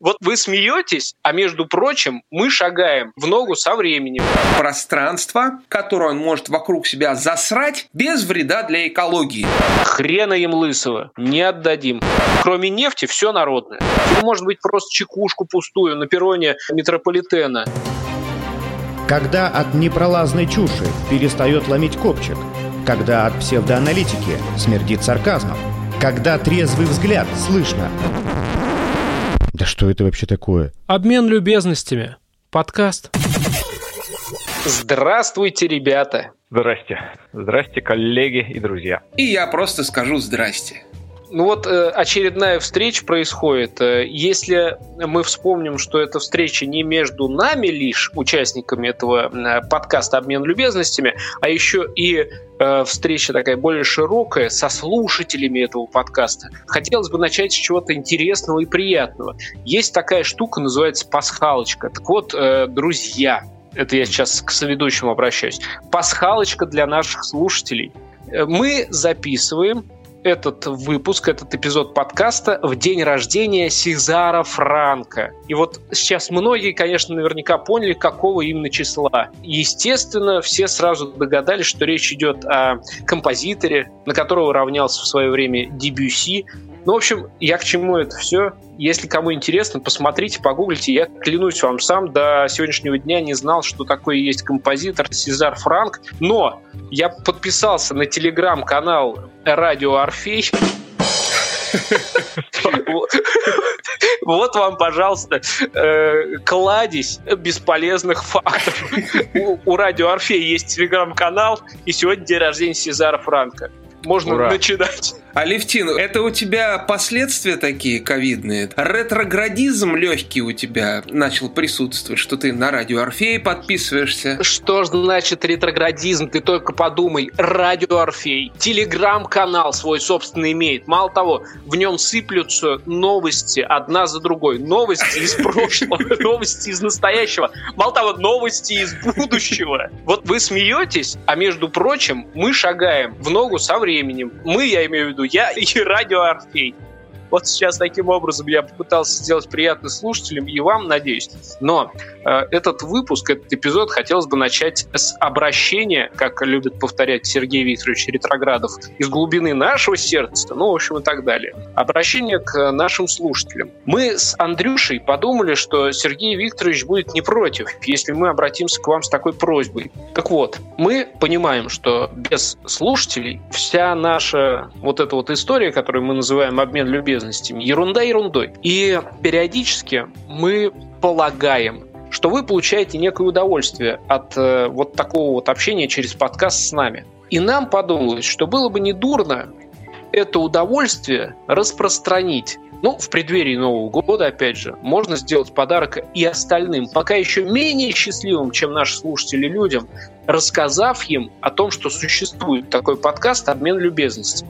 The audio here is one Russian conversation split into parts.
Вот вы смеетесь, а между прочим, мы шагаем в ногу со временем. Пространство, которое он может вокруг себя засрать без вреда для экологии. Хрена им лысого, не отдадим. Кроме нефти, все народное. Или, может быть, просто чекушку пустую на перроне метрополитена. Когда от непролазной чуши перестает ломить копчик. Когда от псевдоаналитики смердит сарказмом. Когда трезвый взгляд слышно. Да что это вообще такое? Обмен любезностями. Подкаст. Здравствуйте, ребята. Здрасте. Здрасте, коллеги и друзья. И я просто скажу здрасте. Ну вот очередная встреча происходит. Если мы вспомним, что эта встреча не между нами лишь, участниками этого подкаста «Обмен любезностями», а еще и встреча такая более широкая со слушателями этого подкаста, хотелось бы начать с чего-то интересного и приятного. Есть такая штука, называется пасхалочка. Так вот, друзья, это я сейчас к соведущему обращаюсь, пасхалочка для наших слушателей. Мы записываем этот выпуск, этот эпизод подкаста в день рождения Сезара Франко. И вот сейчас многие, конечно, наверняка поняли, какого именно числа. Естественно, все сразу догадались, что речь идет о композиторе, на которого равнялся в свое время Дебюсси. Ну, в общем, я к чему это все? Если кому интересно, посмотрите, погуглите. Я, клянусь вам, сам до сегодняшнего дня не знал, что такое есть композитор Сезар Франк. Но я подписался на телеграм-канал «Радио Орфей». Вот вам, пожалуйста, кладезь бесполезных фактов. У «Радио Орфей» есть телеграм-канал, и сегодня день рождения Сезара Франко. Можно начинать. Алевтин, это у тебя последствия такие ковидные? Ретроградизм легкий у тебя начал присутствовать, что ты на радио Орфей подписываешься? Что значит ретроградизм? Ты только подумай. Радио Орфей. Телеграм-канал свой собственный имеет. Мало того, в нем сыплются новости одна за другой. Новости из прошлого, новости из настоящего. Мало того, новости из будущего. Вот вы смеетесь, а между прочим, мы шагаем в ногу со временем. Мы, я имею в виду, я и Радио Орфей. Вот сейчас таким образом я попытался сделать приятно слушателям и вам, надеюсь. Но этот выпуск, этот эпизод хотелось бы начать с обращения, как любит повторять Сергей Викторович Ретроградов, из глубины нашего сердца, ну, в общем, и так далее. Обращение к нашим слушателям. Мы с Андрюшей подумали, что Сергей Викторович будет не против, если мы обратимся к вам с такой просьбой. Так вот, мы понимаем, что без слушателей вся наша вот эта вот история, которую мы называем обмен любезностями, ерунда ерундой. И периодически мы полагаем, что вы получаете некое удовольствие от вот такого вот общения через подкаст с нами. И нам подумалось, что было бы недурно это удовольствие распространить. Ну, в преддверии Нового года, опять же, можно сделать подарок и остальным, пока еще менее счастливым, чем наши слушатели, людям, рассказав им о том, что существует такой подкаст «Обмен любезностями».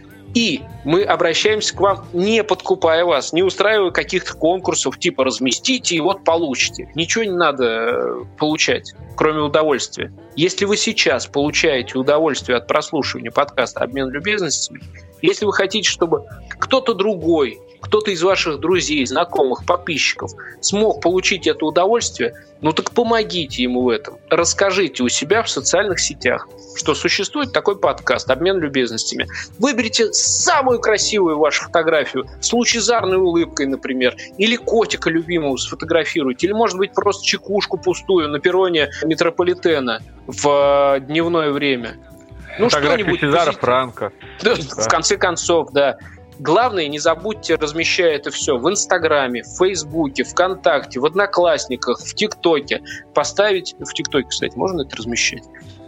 И мы обращаемся к вам, не подкупая вас, не устраивая каких-то конкурсов, типа «разместите и вот получите». Ничего не надо получать, кроме удовольствия. Если вы сейчас получаете удовольствие от прослушивания подкаста «Обмен любезностями», если вы хотите, чтобы кто-то другой, кто-то из ваших друзей, знакомых, подписчиков смог получить это удовольствие, ну так помогите ему в этом. Расскажите у себя в социальных сетях, что существует такой подкаст «Обмен любезностями». Выберите самую красивую вашу фотографию с лучезарной улыбкой, например, или котика любимого сфотографируйте, или, может быть, просто чекушку пустую на перроне метрополитена в дневное время. Ну, что-нибудь Сезара Франко. Да, в конце концов, да. Главное, не забудьте, размещая это все в Инстаграме, в Фейсбуке, ВКонтакте, в Одноклассниках, в ТикТоке. Поставить... В ТикТоке, кстати, можно это размещать?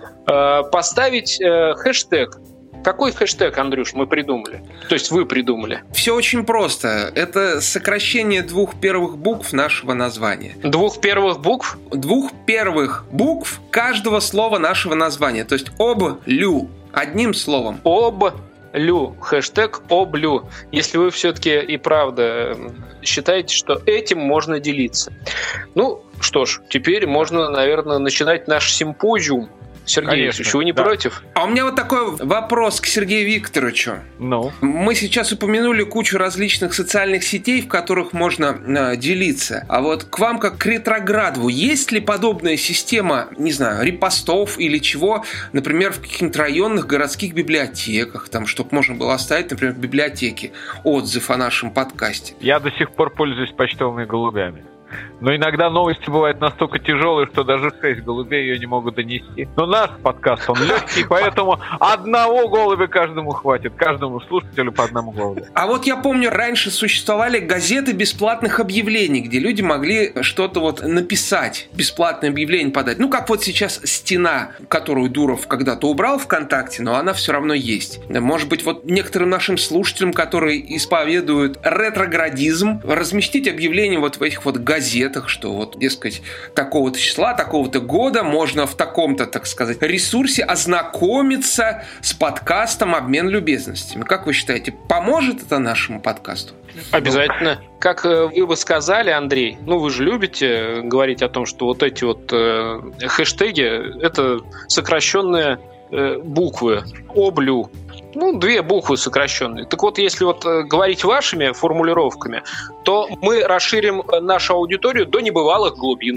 Поставить хэштег. Какой хэштег, Андрюш, мы придумали? То есть вы придумали? Все очень просто. Это сокращение двух первых букв нашего названия. Двух первых букв? Двух первых букв каждого слова нашего названия. То есть об-лю. Одним словом. Об-лю. Хэштег об-лю. Если вы все-таки и правда считаете, что этим можно делиться. Ну, что ж, теперь можно, наверное, начинать наш симпозиум. Сергей Викторович, вы не против? А у меня вот такой вопрос к Сергею Викторовичу. Ну? Мы сейчас упомянули кучу различных социальных сетей, в которых можно делиться. А вот к вам, как к Ретроградову, есть ли подобная система, не знаю, репостов или чего, например, в каких-то районных городских библиотеках, там, чтобы можно было оставить, например, в библиотеке отзыв о нашем подкасте? Я до сих пор пользуюсь почтовыми голубями. Но иногда новости бывают настолько тяжелые, что даже 6 голубей ее не могут донести. Но наш подкаст, он легкий, поэтому одного голубя каждому хватит. Каждому слушателю по одному голубю. А вот я помню, раньше существовали газеты бесплатных объявлений, где люди могли что-то вот написать, бесплатное объявление подать. Ну, как вот сейчас «Стена», которую Дуров когда-то убрал ВКонтакте, но она все равно есть. Может быть, вот некоторым нашим слушателям, которые исповедуют ретроградизм, разместить объявление вот в этих вот газетах, что вот, дескать, такого-то числа, такого-то года можно в таком-то, так сказать, ресурсе ознакомиться с подкастом «Обмен любезностями». Как вы считаете, поможет это нашему подкасту? Обязательно. Как вы бы сказали, Андрей, вы же любите говорить о том, что вот эти вот хэштеги – это сокращенные буквы ОБЛЮ. 2 буквы сокращенные. Так вот, если вот говорить вашими формулировками, то мы расширим нашу аудиторию до небывалых глубин.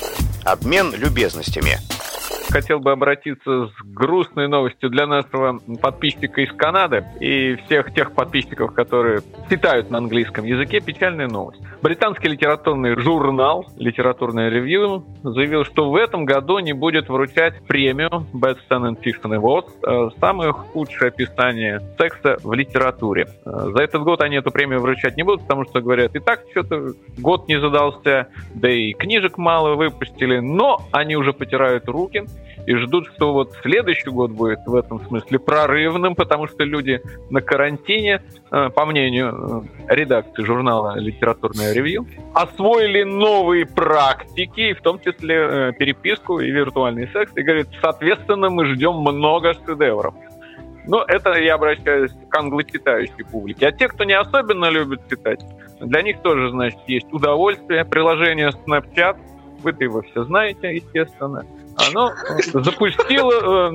Обмен любезностями. Хотел бы обратиться с грустной новостью для нашего подписчика из Канады и всех тех подписчиков, которые читают на английском языке. Печальная новость. Британский литературный журнал «Литературное ревью» заявил, что в этом году не будет вручать премию Best Non-Fiction Awards, самое худшее описание секса в литературе. За этот год они эту премию вручать не будут, потому что говорят, и так что-то год не задался, да и книжек мало выпустили, но они уже потирают руки и ждут, что вот следующий год будет в этом смысле прорывным, потому что люди на карантине, по мнению редакции журнала «Литературное ревью», освоили новые практики, в том числе переписку и виртуальный секс, и говорят, соответственно, мы ждем много шедевров. Но это я обращаюсь к англочитающей публике. А те, кто не особенно любит читать, для них тоже, значит, есть удовольствие. Приложение Snapchat, вы-то его все знаете, естественно, оно запустило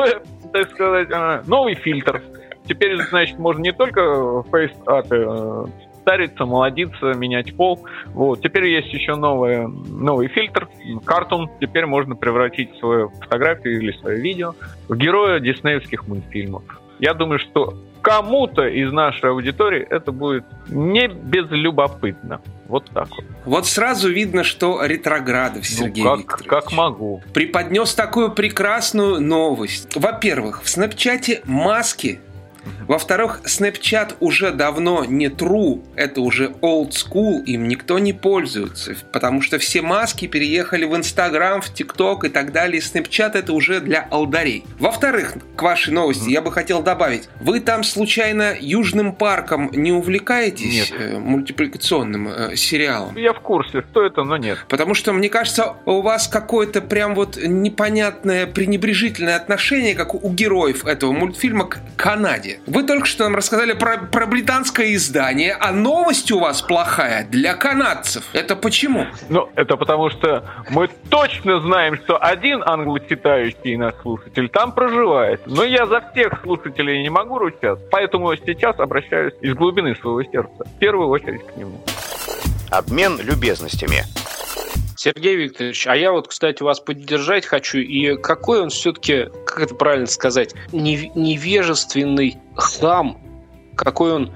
новый фильтр. Теперь, значит, можно не только в фейс-апе стариться, молодиться, менять пол. Вот. Теперь есть еще новый фильтр, Cartoon. Теперь можно превратить свою фотографию или свое видео в героя диснеевских мультфильмов. Я думаю, что кому-то из нашей аудитории это будет не безлюбопытно. Вот так вот. Вот сразу видно, что Ретроградов Сергей Викторович как могу преподнес такую прекрасную новость. Во-первых, в Снэпчате маски. Во-вторых, Snapchat уже давно не true, это уже old school, им никто не пользуется, потому что все маски переехали в Instagram, в TikTok и так далее. Snapchat это уже для алдарей. Во-вторых, к вашей новости я бы хотел добавить, вы там случайно Южным парком не увлекаетесь? Нет. Мультипликационным сериалом? Я в курсе, что это, но нет. Потому что, мне кажется, у вас какое-то прям вот непонятное пренебрежительное отношение, как у героев этого мультфильма, к Канаде. Вы только что нам рассказали про британское издание, а новость у вас плохая для канадцев. Это почему? Это потому что мы точно знаем, что один англочитающий наш слушатель там проживает. Но я за всех слушателей не могу ручаться, поэтому сейчас обращаюсь из глубины своего сердца. В первую очередь к нему. Обмен любезностями. Сергей Викторович, а я вот, кстати, вас поддержать хочу. И какой он все-таки, как это правильно сказать, невежественный хам. Какой он,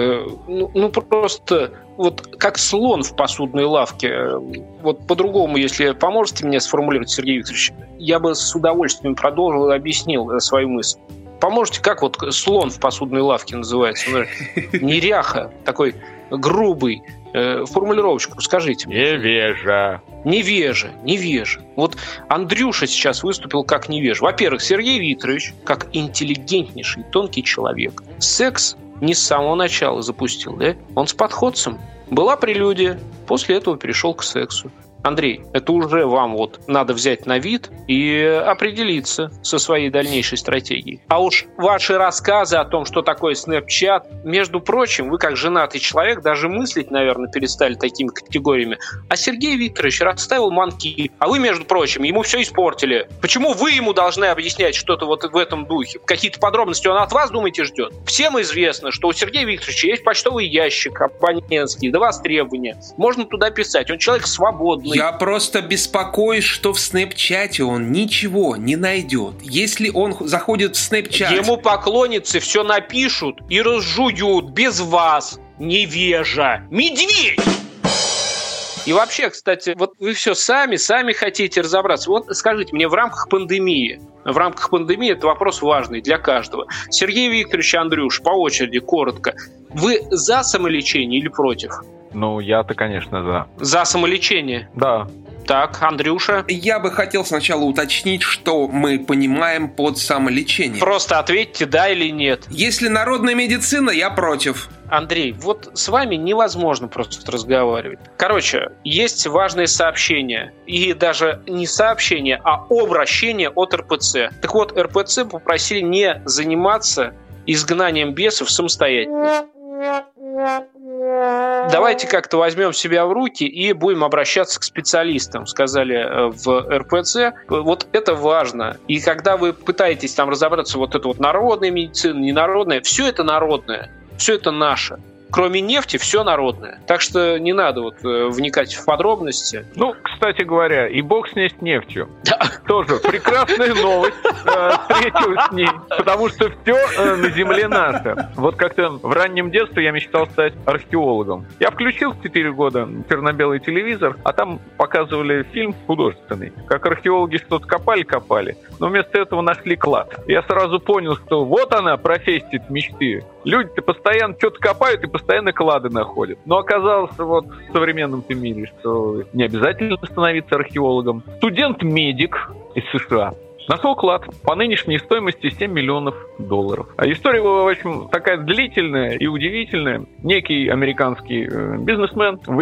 просто вот как слон в посудной лавке. Вот по-другому, если поможете мне сформулировать, Сергей Викторович, я бы с удовольствием продолжил и объяснил свою мысль. Поможете, как вот слон в посудной лавке называется? Неряха, такой грубый. Формулировочку скажите мне. Невежа. Вот Андрюша сейчас выступил как невежа. Во-первых, Сергей Викторович, как интеллигентнейший, тонкий человек, секс не с самого начала запустил, да? Он с подходцем. Была прелюдия, после этого перешел к сексу. Андрей, это уже вам вот надо взять на вид и определиться со своей дальнейшей стратегией. А уж ваши рассказы о том, что такое Snapchat, между прочим, вы как женатый человек даже мыслить, наверное, перестали такими категориями. А Сергей Викторович расставил манки, а вы, между прочим, ему все испортили. Почему вы ему должны объяснять что-то вот в этом духе? Какие-то подробности он от вас, думаете, ждет? Всем известно, что у Сергея Викторовича есть почтовый ящик абонентский до востребования. Можно туда писать. Он человек свободный. Я просто беспокоюсь, что в Снэпчате он ничего не найдет. Если он заходит в Снэпчат... Ему поклонницы все напишут и разжуют без вас, невежа. Медведь! И вообще, кстати, вот вы все сами хотите разобраться. Вот скажите мне, в рамках пандемии это вопрос важный для каждого. Сергей Викторович, Андрюш, по очереди, коротко. Вы за самолечение или против? Ну, я-то, конечно, за. За самолечение? Да. Так, Андрюша? Я бы хотел сначала уточнить, что мы понимаем под самолечением. Просто ответьте, да или нет. Если народная медицина, я против. Андрей, вот с вами невозможно просто разговаривать. Короче, есть важное сообщение. И даже не сообщение, а обращение от РПЦ. Так вот, РПЦ попросили не заниматься изгнанием бесов самостоятельно. Давайте как-то возьмем себя в руки и будем обращаться к специалистам, сказали в РПЦ. Вот это важно. И когда вы пытаетесь там разобраться, вот это вот народная медицина, ненародная, все это народное, все это наше. Кроме нефти, все народное. Так что не надо вот вникать в подробности. Ну, кстати говоря, и бог с ней с нефтью. Да. Тоже прекрасная новость. Встретилась с ней. Потому что все на земле наше. Вот как-то в раннем детстве я мечтал стать археологом. Я включил в 4 года черно-белый телевизор, а там показывали фильм художественный. Как археологи что-то копали, но вместо этого нашли клад. Я сразу понял, что вот она, профессия мечты. Люди-то постоянно что-то копают и постоянно клады находят. Но оказалось вот в современном мире, что не обязательно становиться археологом. Студент-медик из США нашел клад по нынешней стоимости $7 миллионов. А история, в общем, такая длительная и удивительная. Некий американский бизнесмен в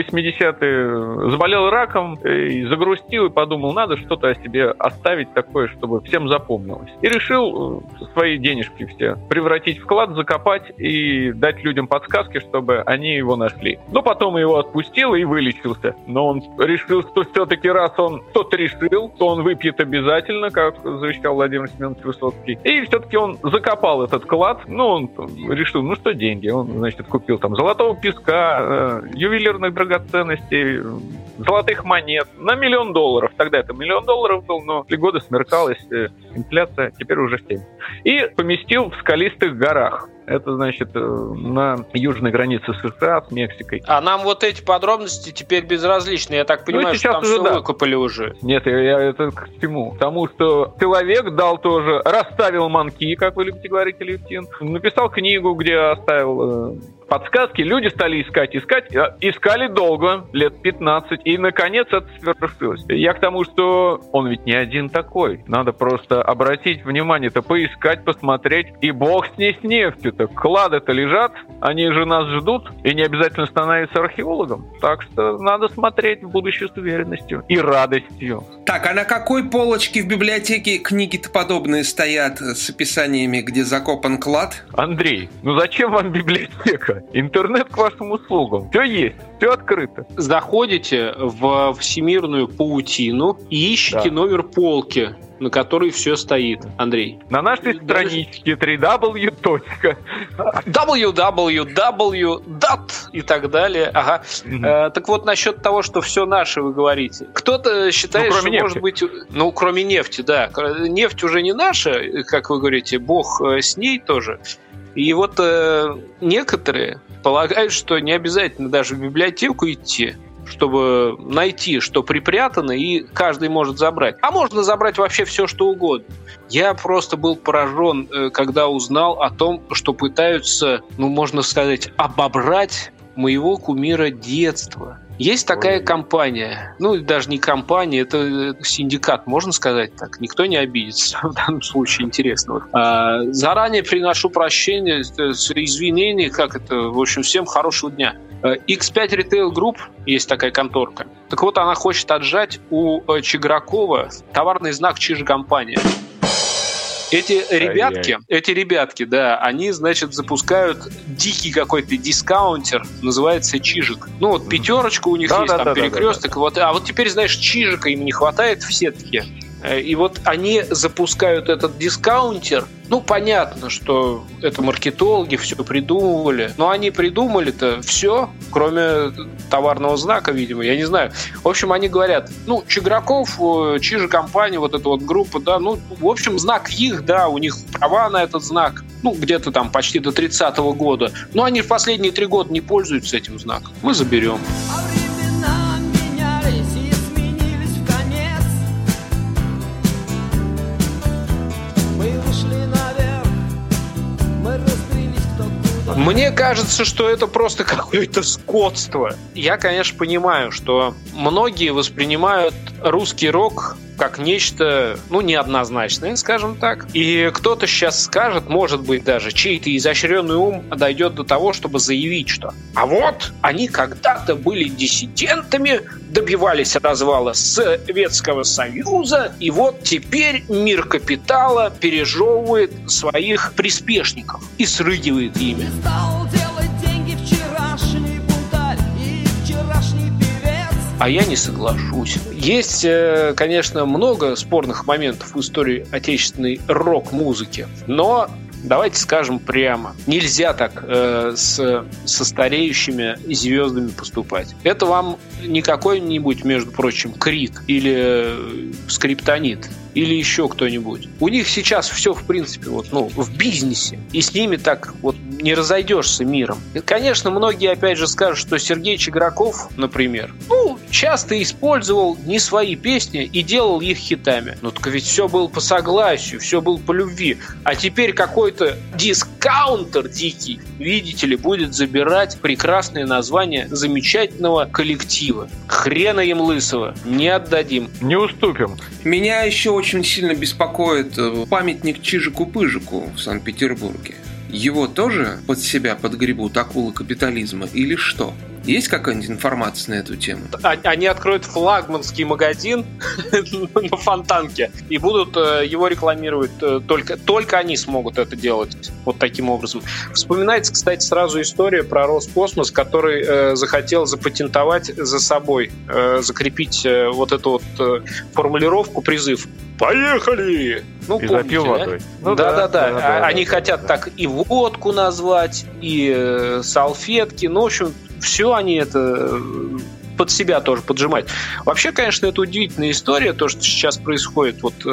80-е заболел раком и загрустил, и подумал, надо что-то о себе оставить такое, чтобы всем запомнилось. И решил свои денежки все превратить в клад, закопать и дать людям подсказки, чтобы они его нашли. Но потом его отпустил и вылечился. Но он решил, что все-таки раз он что-то решил, то он выпьет обязательно, как завещал Владимир Семенович Высоцкий. И все-таки он закопал этот клад. Ну, он решил, ну что деньги? Он, значит, купил там золотого песка, ювелирных драгоценностей, золотых монет на $1 миллион. Тогда это $1 миллион был, но 3 года смеркалась инфляция, теперь уже 7. И поместил в скалистых горах. Это, значит, на южной границе США с Мексикой. А нам вот эти подробности теперь безразличны. Я так понимаю, что там все выкопали уже. Нет, я это к чему? К тому, что человек дал тоже, расставил манки, как вы любите говорить, Алевтин, написал книгу, где оставил подсказки. Люди стали искали долго, лет 15, и, наконец, это свершилось. Я к тому, что он ведь не один такой. Надо просто обратить внимание-то, поискать, посмотреть, и бог с ней с нефтью-то. Клады-то лежат, они же нас ждут, и не обязательно становиться археологом. Так что надо смотреть в будущее с уверенностью и радостью. Так, а на какой полочке в библиотеке книги-то подобные стоят с описаниями, где закопан клад? Андрей, ну зачем вам библиотека? Интернет к вашим услугам. Все есть, все открыто. Заходите в всемирную паутину и ищите номер полки, на которой все стоит, Андрей. На нашей страничке www. и так далее. Ага. Так вот, насчет того, что все наше, вы говорите. Кто-то считает, что нефти. Может быть... Ну, кроме нефти, да. Нефть уже не наша, как вы говорите, бог с ней тоже. И вот некоторые полагают, что не обязательно даже в библиотеку идти, чтобы найти, что припрятано, и каждый может забрать. А можно забрать вообще все, что угодно. Я просто был поражен, когда узнал о том, что пытаются, ну, можно сказать, обобрать моего кумира детства. Есть такая компания, ну, даже не компания, это синдикат, можно сказать так, никто не обидится в данном случае, интересно. Заранее приношу прощения, извинения, как это, в общем, всем хорошего дня. X5 Retail Group, есть такая конторка. Так вот, она хочет отжать у Чигракова товарный знак «Чиж-компания». Эти ребятки, да, они, значит, запускают дикий какой-то дискаунтер, называется Чижик. Ну, вот пятерочка у них есть, там перекресток. Вот, а вот теперь, знаешь, Чижика им не хватает в сетке. И вот они запускают этот дискаунтер. Ну, понятно, что это маркетологи все придумывали. Но они придумали-то все, кроме товарного знака, видимо. Я не знаю. В общем, они говорят, ну, Чиграков, Чижа-компания, вот эта вот группа, да, ну, в общем, знак их, да, у них права на этот знак. Ну, где-то там почти до 30-го года. Но они в последние 3 года не пользуются этим знаком. Мы заберем. Мне кажется, что это просто какое-то скотство. Я, конечно, понимаю, что многие воспринимают русский рок как нечто, ну, неоднозначное, скажем так. И кто-то сейчас скажет, может быть, даже чей-то изощренный ум дойдет до того, чтобы заявить, что а вот они когда-то были диссидентами, добивались развала Советского Союза, и вот теперь мир капитала пережевывает своих приспешников и срыгивает ими. А я не соглашусь. Есть, конечно, много спорных моментов в истории отечественной рок-музыки, но давайте скажем прямо, нельзя так со стареющими звездами поступать. Это вам не какой-нибудь, между прочим, Крик или Скриптонит или еще кто-нибудь. У них сейчас все, в принципе, вот, ну, в бизнесе. И с ними так вот не разойдешься миром. И, конечно, многие, опять же, скажут, что Сергей Чиграков, например, ну, часто использовал не свои песни и делал их хитами. Ну, так ведь все было по согласию, все было по любви. А теперь какой-то дискаунтер дикий, видите ли, будет забирать прекрасное название замечательного коллектива. Хрена им лысого. Не отдадим. Не уступим. Меня еще очень сильно беспокоит памятник Чижику-Пыжику в Санкт-Петербурге. Его тоже под себя подгребут акулы капитализма или что? Есть какая-нибудь информация на эту тему? Они откроют флагманский магазин на Фонтанке и будут его рекламировать. Только они смогут это делать вот таким образом. Вспоминается, кстати, сразу история про Роскосмос, который захотел запатентовать за собой, закрепить вот эту вот формулировку, призыв «Поехали!» Ну, и запил водой. Ну, да. Они хотят так и водку назвать, и салфетки. Ну, в общем, все они это под себя тоже поджимают. Вообще, конечно, это удивительная история, то, что сейчас происходит вот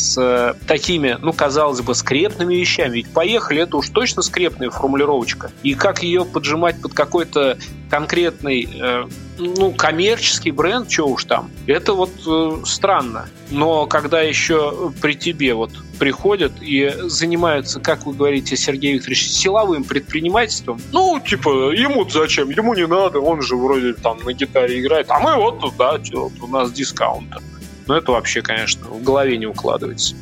с такими, ну, казалось бы, скрепными вещами. Ведь «поехали» — это уж точно скрепная формулировочка. И как ее поджимать под какой-то конкретный, ну, коммерческий бренд, что уж там, это вот странно. Но когда еще при тебе вот приходят и занимаются, как вы говорите, Сергей Викторович, силовым предпринимательством, ну, типа, ему-то зачем? Ему не надо, он же вроде там на гитаре играет, а мы вот тут, да, вот у нас дискаунтер. Ну, это вообще, конечно, в голове не укладывается.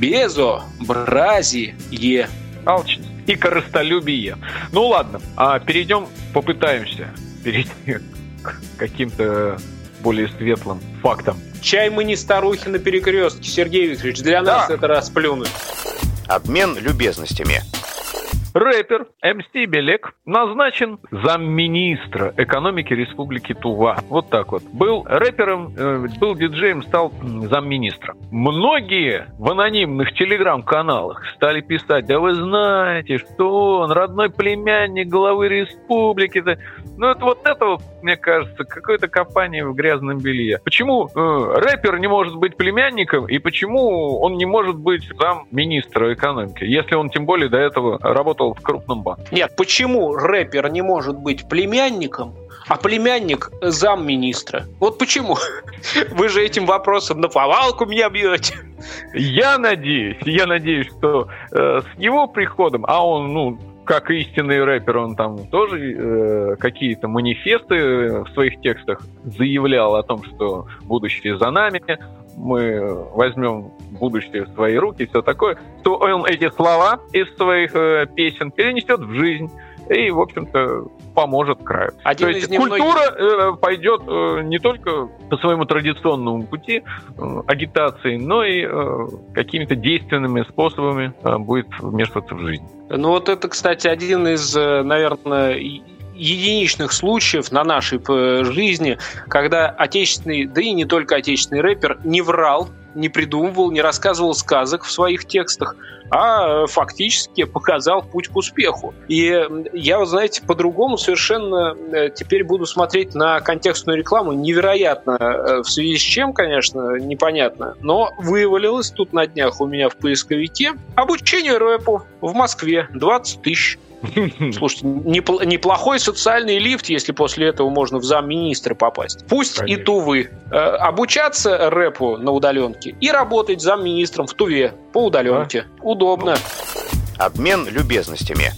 Безобразие. Алчность и корыстолюбие. Ну, ладно, попытаемся перейти к каким-то более светлым фактам. Чай мы не старухи на перекрестке, Сергей Викторович. Для нас это расплюнуть. Обмен любезностями. Рэпер МС Белек назначен замминистра экономики Республики Тува. Вот так вот. Был рэпером, был диджеем, стал замминистра. Многие в анонимных телеграм-каналах стали писать: да вы знаете, что он родной племянник главы республики. Ну, это вот, мне кажется, какое-то копание в грязном белье. Почему рэпер не может быть племянником, и почему он не может быть замминистра экономики, если он тем более до этого работал в крупном банке? Нет, почему рэпер не может быть племянником, а племянник замминистра? Вот почему? Вы же этим вопросом на повалку меня бьете. Я надеюсь, что с его приходом, а он, как истинный рэпер, он там тоже какие-то манифесты в своих текстах заявлял о том, что будущее за нами, мы возьмем будущее в свои руки и все такое, то он эти слова из своих песен перенесет в жизнь и, в общем-то, поможет краю. То есть культура пойдет не только по своему традиционному пути агитации, но и какими-то действенными способами будет вмешиваться в жизнь. Ну вот это, кстати, один из, наверное, единичных случаев на нашей жизни, когда отечественный, да и не только отечественный рэпер не врал, не придумывал, не рассказывал сказок в своих текстах, а фактически показал путь к успеху. И я, вот, знаете, по-другому совершенно теперь буду смотреть на контекстную рекламу. Невероятно, в связи с чем, конечно, непонятно, но вывалилось тут на днях у меня в поисковике обучение рэпу в Москве 20 тысяч. Слушайте, неплохой социальный лифт, если после этого можно в замминистра попасть. Пусть конечно. И Тувы. Обучаться рэпу на удаленке и работать замминистром в Туве по удаленке. Удобно. Обмен любезностями.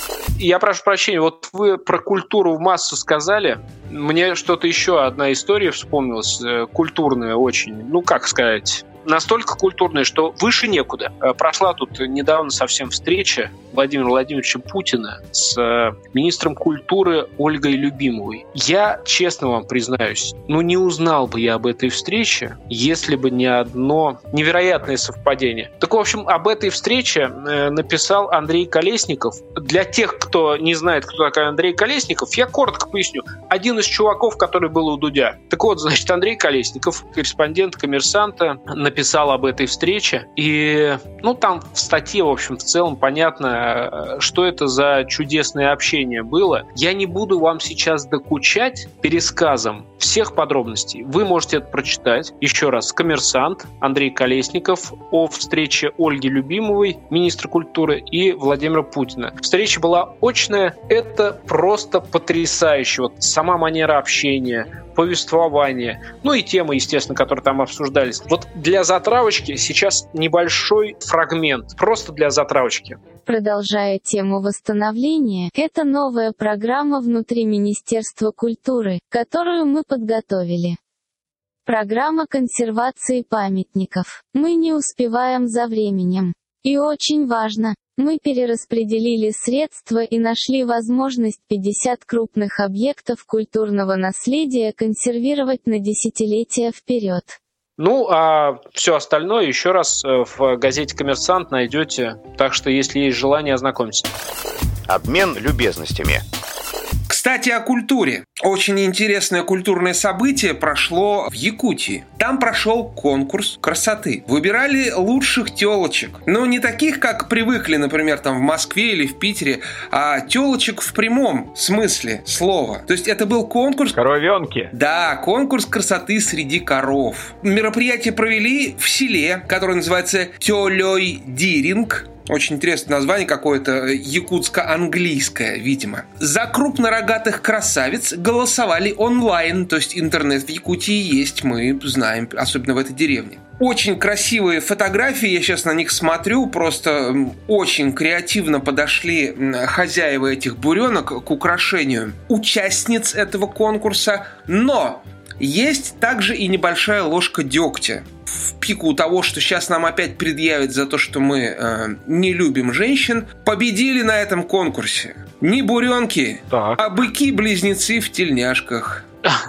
Я прошу прощения, вот вы про культуру в массу сказали. Мне что-то еще одна история вспомнилась, культурная очень, ну как сказать... Настолько культурная, что выше некуда. Прошла тут недавно совсем встреча Владимира Владимировича Путина с министром культуры Ольгой Любимовой. Я, честно вам признаюсь, не узнал бы я об этой встрече, если бы не одно невероятное совпадение. Так, в общем, об этой встрече написал Андрей Колесников. Для тех, кто не знает, кто такой Андрей Колесников, я коротко поясню. Один из чуваков, который был у Дудя. Так вот, значит, Андрей Колесников, корреспондент «Коммерсанта», написал об этой встрече. И, там в статье, в общем, в целом понятно, что это за чудесное общение было. Я не буду вам сейчас докучать пересказом всех подробностей. Вы можете это прочитать. Еще раз, «Коммерсант», Андрей Колесников о встрече Ольги Любимовой, министра культуры, и Владимира Путина. Встреча была очная. Это просто потрясающе. Вот сама манера общения, повествование, и темы, естественно, которые там обсуждались. Вот для затравочки сейчас небольшой фрагмент, просто для затравочки. Продолжая тему восстановления, это новая программа внутри Министерства культуры, которую мы подготовили. Программа консервации памятников. Мы не успеваем за временем. И очень важно, мы перераспределили средства и нашли возможность 50 крупных объектов культурного наследия консервировать на десятилетия вперед. А все остальное еще раз в газете «Коммерсант» найдете, так что если есть желание, ознакомьтесь. Обмен любезностями. Кстати, о культуре. Очень интересное культурное событие прошло в Якутии. Там прошел конкурс красоты. Выбирали лучших телочек. Не таких, как привыкли, например, там в Москве или в Питере, а телочек в прямом смысле слова. То есть это был конкурс... Коровенки. Да, конкурс красоты среди коров. Мероприятие провели в селе, которое называется Тёлёй-Диринг. Очень интересное название какое-то, якутско-английское, видимо. За крупнорогатых красавиц голосовали онлайн, то есть интернет в Якутии есть, мы знаем, особенно в этой деревне. Очень красивые фотографии, я сейчас на них смотрю, просто очень креативно подошли хозяева этих буренок к украшению участниц этого конкурса, но... Есть также и небольшая ложка дегтя в пику того, что сейчас нам опять предъявят за то, что мы не любим женщин. Победили на этом конкурсе не буренки, а быки-близнецы в тельняшках.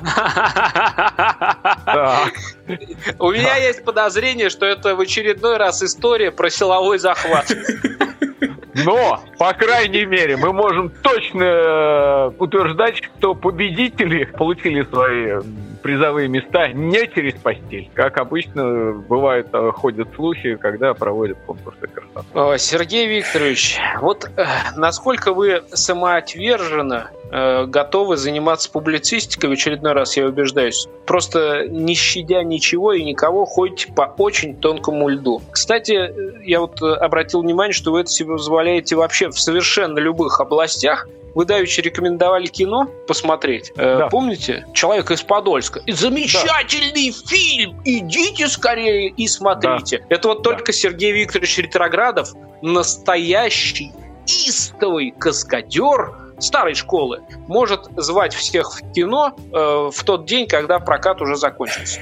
У меня есть подозрение, что это в очередной раз история про силовой захват. Но, по крайней мере, мы можем точно утверждать, что победители получили свои призовые места не через постель. Как обычно бывает, ходят слухи, когда проводят конкурсы красоты. Сергей Викторович, вот насколько вы самоотверженно готовы заниматься публицистикой, в очередной раз я убеждаюсь, просто не щадя ничего и никого, ходите по очень тонкому льду. Кстати, я вот обратил внимание, что вы это себе позволяете вообще в совершенно любых областях. Вы давеча рекомендовали кино посмотреть. Да. Помните? «Человек из Подольска». Замечательный фильм! Идите скорее и смотрите. Да. Это вот только Сергей Викторович Ретроградов, настоящий истовый каскадер, старой школы может звать всех в кино в тот день, когда прокат уже закончится.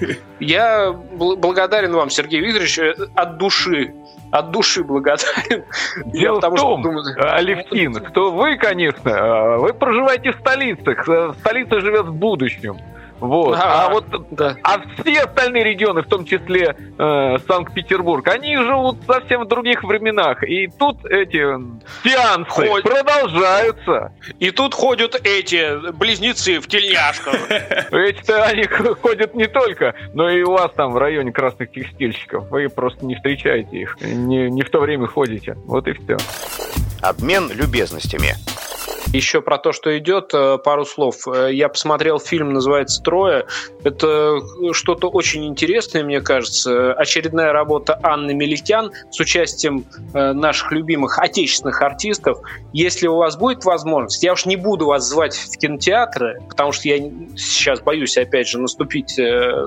Я благодарен вам, Сергей Викторович, от души благодарен. Дело в том, Алевтин, что вы, конечно, вы проживаете в столицах. Столица живет в будущем. Вот. А все остальные регионы, в том числе Санкт-Петербург, они живут совсем в других временах. И тут эти сеансы продолжаются. И тут ходят эти близнецы в тельняшках. Эти-то они ходят не только, но и у вас там в районе красных текстильщиков. Вы просто не встречаете их. Не в то время ходите. Вот и все. Обмен любезностями. Еще про то, что идет, пару слов. Я посмотрел фильм, называется «Трое». Это что-то очень интересное, мне кажется. Очередная работа Анны Меликян с участием наших любимых отечественных артистов. Если у вас будет возможность, я уж не буду вас звать в кинотеатры, потому что я сейчас боюсь, опять же, наступить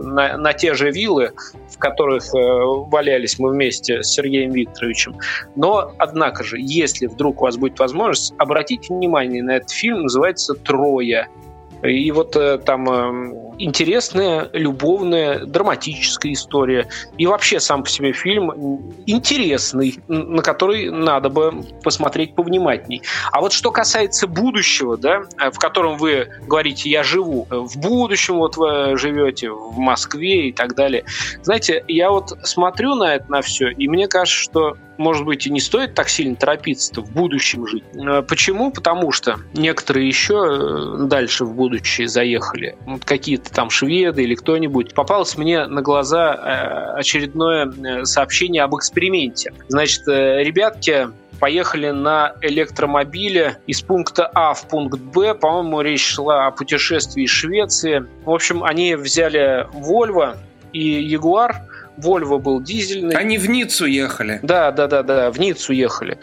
на те же вилы, в которых валялись мы вместе с Сергеем Викторовичем. Но, однако же, если вдруг у вас будет возможность, обратите внимание на этот фильм, называется «Трое». И вот там интересная, любовная, драматическая история. И вообще сам по себе фильм интересный, на который надо бы посмотреть повнимательней. А вот что касается будущего, да, в котором вы говорите, я живу, в будущем вот вы живете, в Москве и так далее. Знаете, я вот смотрю на это, на все, и мне кажется, что может быть, и не стоит так сильно торопиться-то в будущем жить. Почему? Потому что некоторые еще дальше в будущее заехали. Вот какие-то там шведы или кто-нибудь. Попалось мне на глаза очередное сообщение об эксперименте. Значит, ребятки поехали на электромобиле из пункта А в пункт Б. По-моему, речь шла о путешествии из Швеции. В общем, они взяли Volvo и Jaguar. Volvo был дизельный. Они в Ниццу ехали. Да, в Ниццу ехали.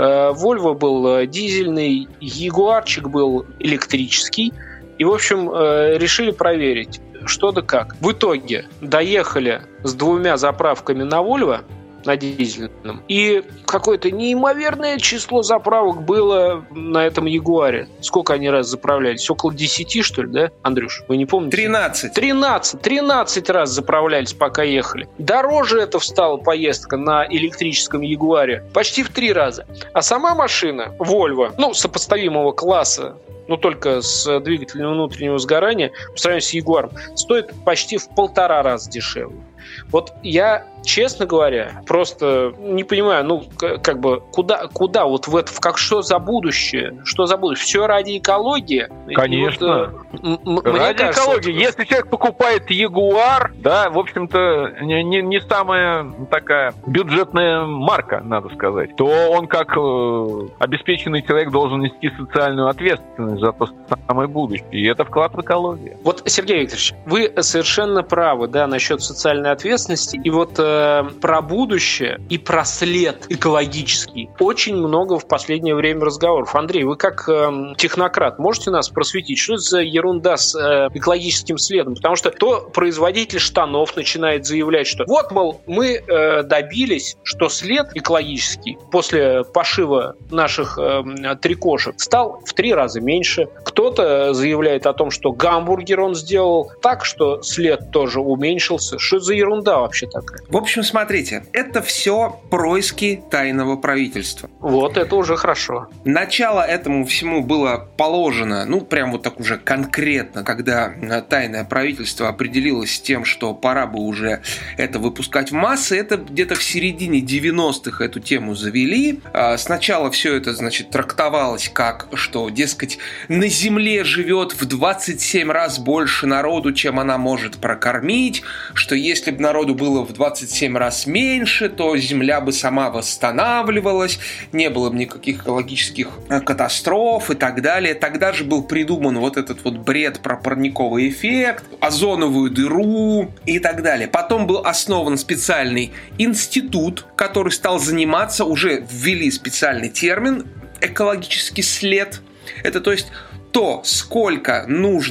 Volvo был дизельный, Ягуарчик был электрический. И, в общем, решили проверить, что да как. В итоге доехали с 2 заправками на Volvo, на дизельном. И какое-то неимоверное число заправок было на этом Ягуаре. Сколько они раз заправлялись? Около 10, что ли, да, Андрюш? Вы не помните? 13 раз заправлялись, пока ехали. Дороже это встала поездка на электрическом Ягуаре почти в 3 раза. А сама машина Volvo, сопоставимого класса, но только с двигателем внутреннего сгорания, по сравнению с Ягуаром, стоит почти в 1,5 раза дешевле. Вот я, честно говоря, просто не понимаю, куда вот в это, что за будущее? Что за будущее? Все ради экологии? Конечно. Ради экологии. Если человек покупает Ягуар, да, в общем-то, не самая такая бюджетная марка, надо сказать, то он как обеспеченный человек должен нести социальную ответственность за то самое будущее. И это вклад в экологию. Вот, Сергей Викторович, вы совершенно правы, да, насчет социальной ответственности. И вот про будущее и про след экологический очень много в последнее время разговоров. Андрей, вы как технократ можете нас просветить? Что это за ерунда с экологическим следом? Потому что то производитель штанов начинает заявлять, что вот, мол, мы добились, что след экологический после пошива наших трикошек стал в 3 раза меньше. Кто-то заявляет о том, что гамбургер он сделал так, что след тоже уменьшился. Что за ерунда вообще такая? В общем, смотрите, это все происки тайного правительства. Вот это уже хорошо. Начало этому всему было положено, прям вот так уже конкретно, когда тайное правительство определилось с тем, что пора бы уже это выпускать в массы. Это где-то в середине 90-х эту тему завели. Сначала все это, трактовалось как, что, дескать, на Земле живет в 27 раз больше народу, чем она может прокормить, что если бы народу было в 27 раз меньше, то Земля бы сама восстанавливалась, не было бы никаких экологических катастроф и так далее. Тогда же был придуман вот этот вот бред про парниковый эффект, озоновую дыру и так далее. Потом был основан специальный институт, который стал заниматься, уже ввели специальный термин экологический след. Это то есть то, сколько нужно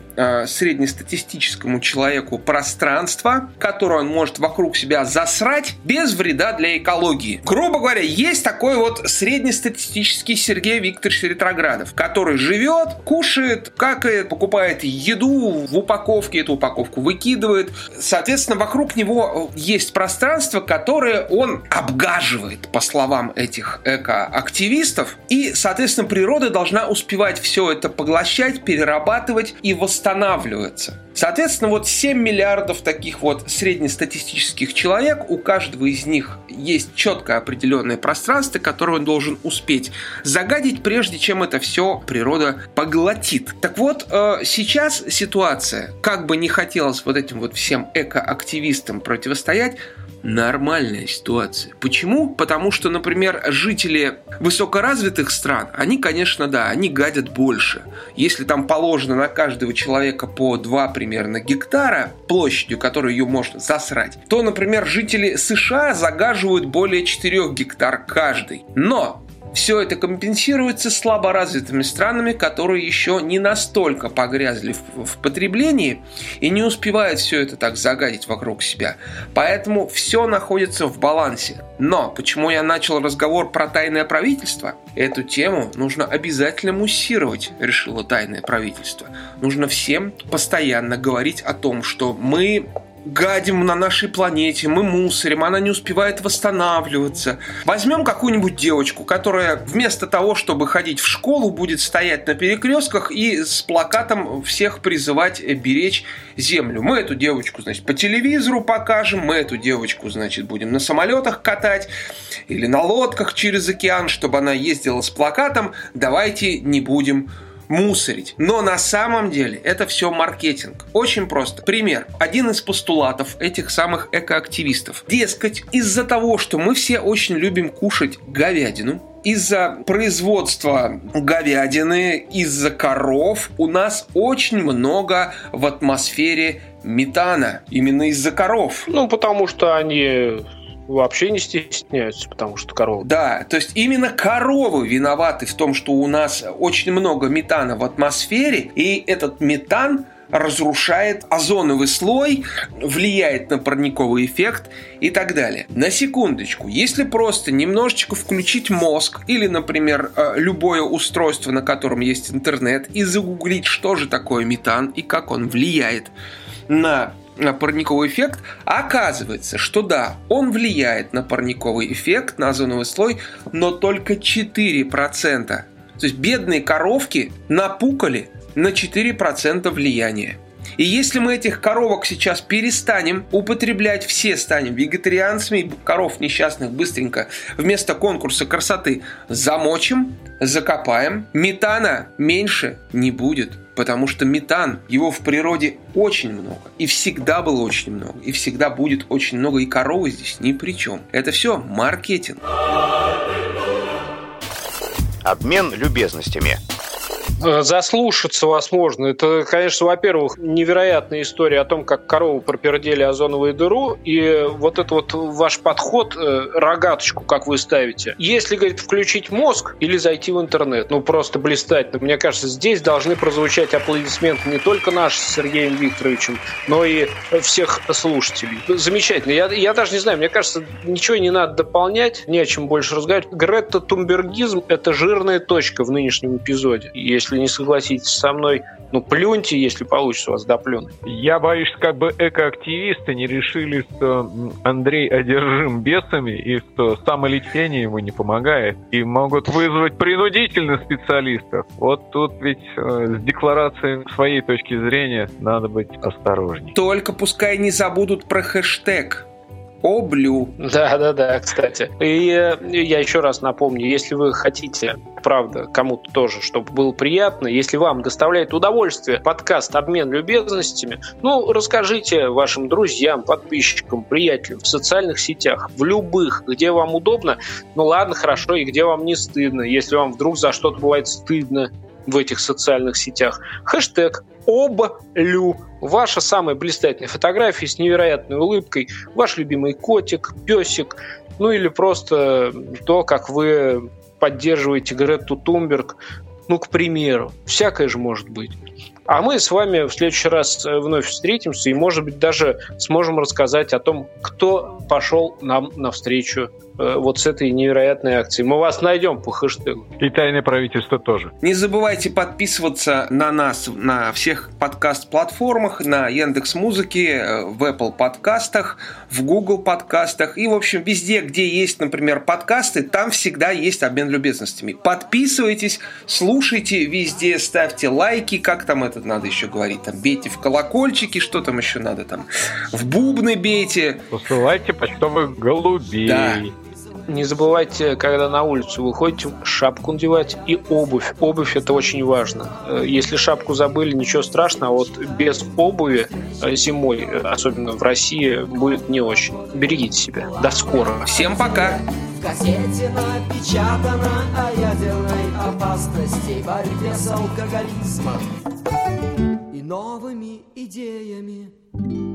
среднестатистическому человеку пространство, которое он может вокруг себя засрать без вреда для экологии. Грубо говоря, есть такой вот среднестатистический Сергей Викторович Ретроградов, который живет, кушает, какает, покупает еду в упаковке, эту упаковку выкидывает. Соответственно, вокруг него есть пространство, которое он обгаживает, по словам этих экоактивистов. И, соответственно, природа должна успевать все это поглощать, перерабатывать и восстанавливаться. Соответственно, вот 7 миллиардов таких вот среднестатистических человек, у каждого из них есть четко определенное пространство, которое он должен успеть загадить, прежде чем это все природа поглотит. Так вот, сейчас ситуация, как бы не хотелось вот этим вот всем экоактивистам противостоять, нормальная ситуация. Почему? Потому что, например, жители высокоразвитых стран, они, конечно, да, они гадят больше. Если там положено на каждого человека по 2 примерно гектара площадью, которую ее можно засрать, то, например, жители США загаживают более 4 гектар каждый. Но все это компенсируется слаборазвитыми странами, которые еще не настолько погрязли в потреблении и не успевают все это так загадить вокруг себя. Поэтому все находится в балансе. Но почему я начал разговор про тайное правительство? Эту тему нужно обязательно муссировать, решило тайное правительство. Нужно всем постоянно говорить о том, что мы гадим на нашей планете, мы мусорим, она не успевает восстанавливаться. Возьмем какую-нибудь девочку, которая вместо того, чтобы ходить в школу, будет стоять на перекрестках и с плакатом всех призывать беречь землю. Мы эту девочку, значит, по телевизору покажем, мы эту девочку, значит, будем на самолетах катать или на лодках через океан, чтобы она ездила с плакатом «Давайте не будем мусорить». Но на самом деле это все маркетинг. Очень просто. Пример. Один из постулатов этих самых экоактивистов. Дескать, из-за того, что мы все очень любим кушать говядину, из-за производства говядины, из-за коров у нас очень много в атмосфере метана. Именно из-за коров. Ну, потому что они вообще не стесняются, потому что коровы. Да, то есть именно коровы виноваты в том, что у нас очень много метана в атмосфере, и этот метан разрушает озоновый слой, влияет на парниковый эффект и так далее. На секундочку, если просто немножечко включить мозг или, например, любое устройство, на котором есть интернет, и загуглить, что же такое метан и как он влияет на парниковый эффект, оказывается, что да, он влияет на парниковый эффект, на озоновый слой, но только 4%. То есть бедные коровки напукали на 4% влияния. И если мы этих коровок сейчас перестанем употреблять, все станем вегетарианцами, коров несчастных быстренько вместо конкурса красоты замочим, закопаем, метана меньше не будет. Потому что метан, его в природе очень много. И всегда было очень много. И всегда будет очень много. И коровы здесь ни при чем. Это все маркетинг. Обмен любезностями. Заслушаться вас можно. Это, конечно, во-первых, невероятная история о том, как корову пропердели озоновую дыру. И вот это вот ваш подход, рогаточку, как вы ставите. Если, говорит, включить мозг или зайти в интернет, ну просто блистательно. Мне кажется, здесь должны прозвучать аплодисменты не только наши с Сергеем Викторовичем, но и всех слушателей. Замечательно. Я даже не знаю, мне кажется, ничего не надо дополнять, не о чем больше разговаривать. Грета Тунбергизм – это жирная точка в нынешнем эпизоде. Если не согласитесь со мной, ну плюньте, если получится у вас доплюнуть. Я боюсь, как бы экоактивисты не решили, что Андрей одержим бесами и что самолечение ему не помогает, и могут вызвать принудительно специалистов. Вот тут ведь с декларацией своей точки зрения надо быть осторожней. Только пускай не забудут про хэштег «Облю». Да, кстати. И я еще раз напомню, если вы хотите, правда, кому-то тоже, чтобы было приятно, если вам доставляет удовольствие подкаст «Обмен любезностями», ну, расскажите вашим друзьям, подписчикам, приятелям в социальных сетях, в любых, где вам удобно, ну ладно, хорошо, и где вам не стыдно, если вам вдруг за что-то бывает стыдно в этих социальных сетях. Хэштег «Облю». Ваша самая блистательная фотография с невероятной улыбкой, ваш любимый котик, песик, ну или просто то, как вы поддерживаете Грету Тунберг, ну, к примеру. Всякое же может быть. А мы с вами в следующий раз вновь встретимся и, может быть, даже сможем рассказать о том, кто пошел нам навстречу вот с этой невероятной акцией. Мы вас найдем по хэштегу. И тайное правительство тоже. Не забывайте подписываться на нас на всех подкаст-платформах, на Яндекс.Музыке, в Apple подкастах, в Google подкастах и, в общем, везде, где есть, например, подкасты, там всегда есть обмен любезностями. Подписывайтесь, слушайте везде, ставьте лайки, как там это надо еще говорить, там бейте в колокольчики, что там еще надо там, в бубны бейте. Посылайте почтовых голубей. Да. Не забывайте, когда на улицу выходите, шапку надевать и обувь. Обувь – это очень важно. Если шапку забыли, ничего страшного, а вот без обуви зимой, особенно в России, будет не очень. Берегите себя. До скорого. Всем пока! В газете напечатано о ядерной опасности, борьбе с алкоголизмом и новыми идеями.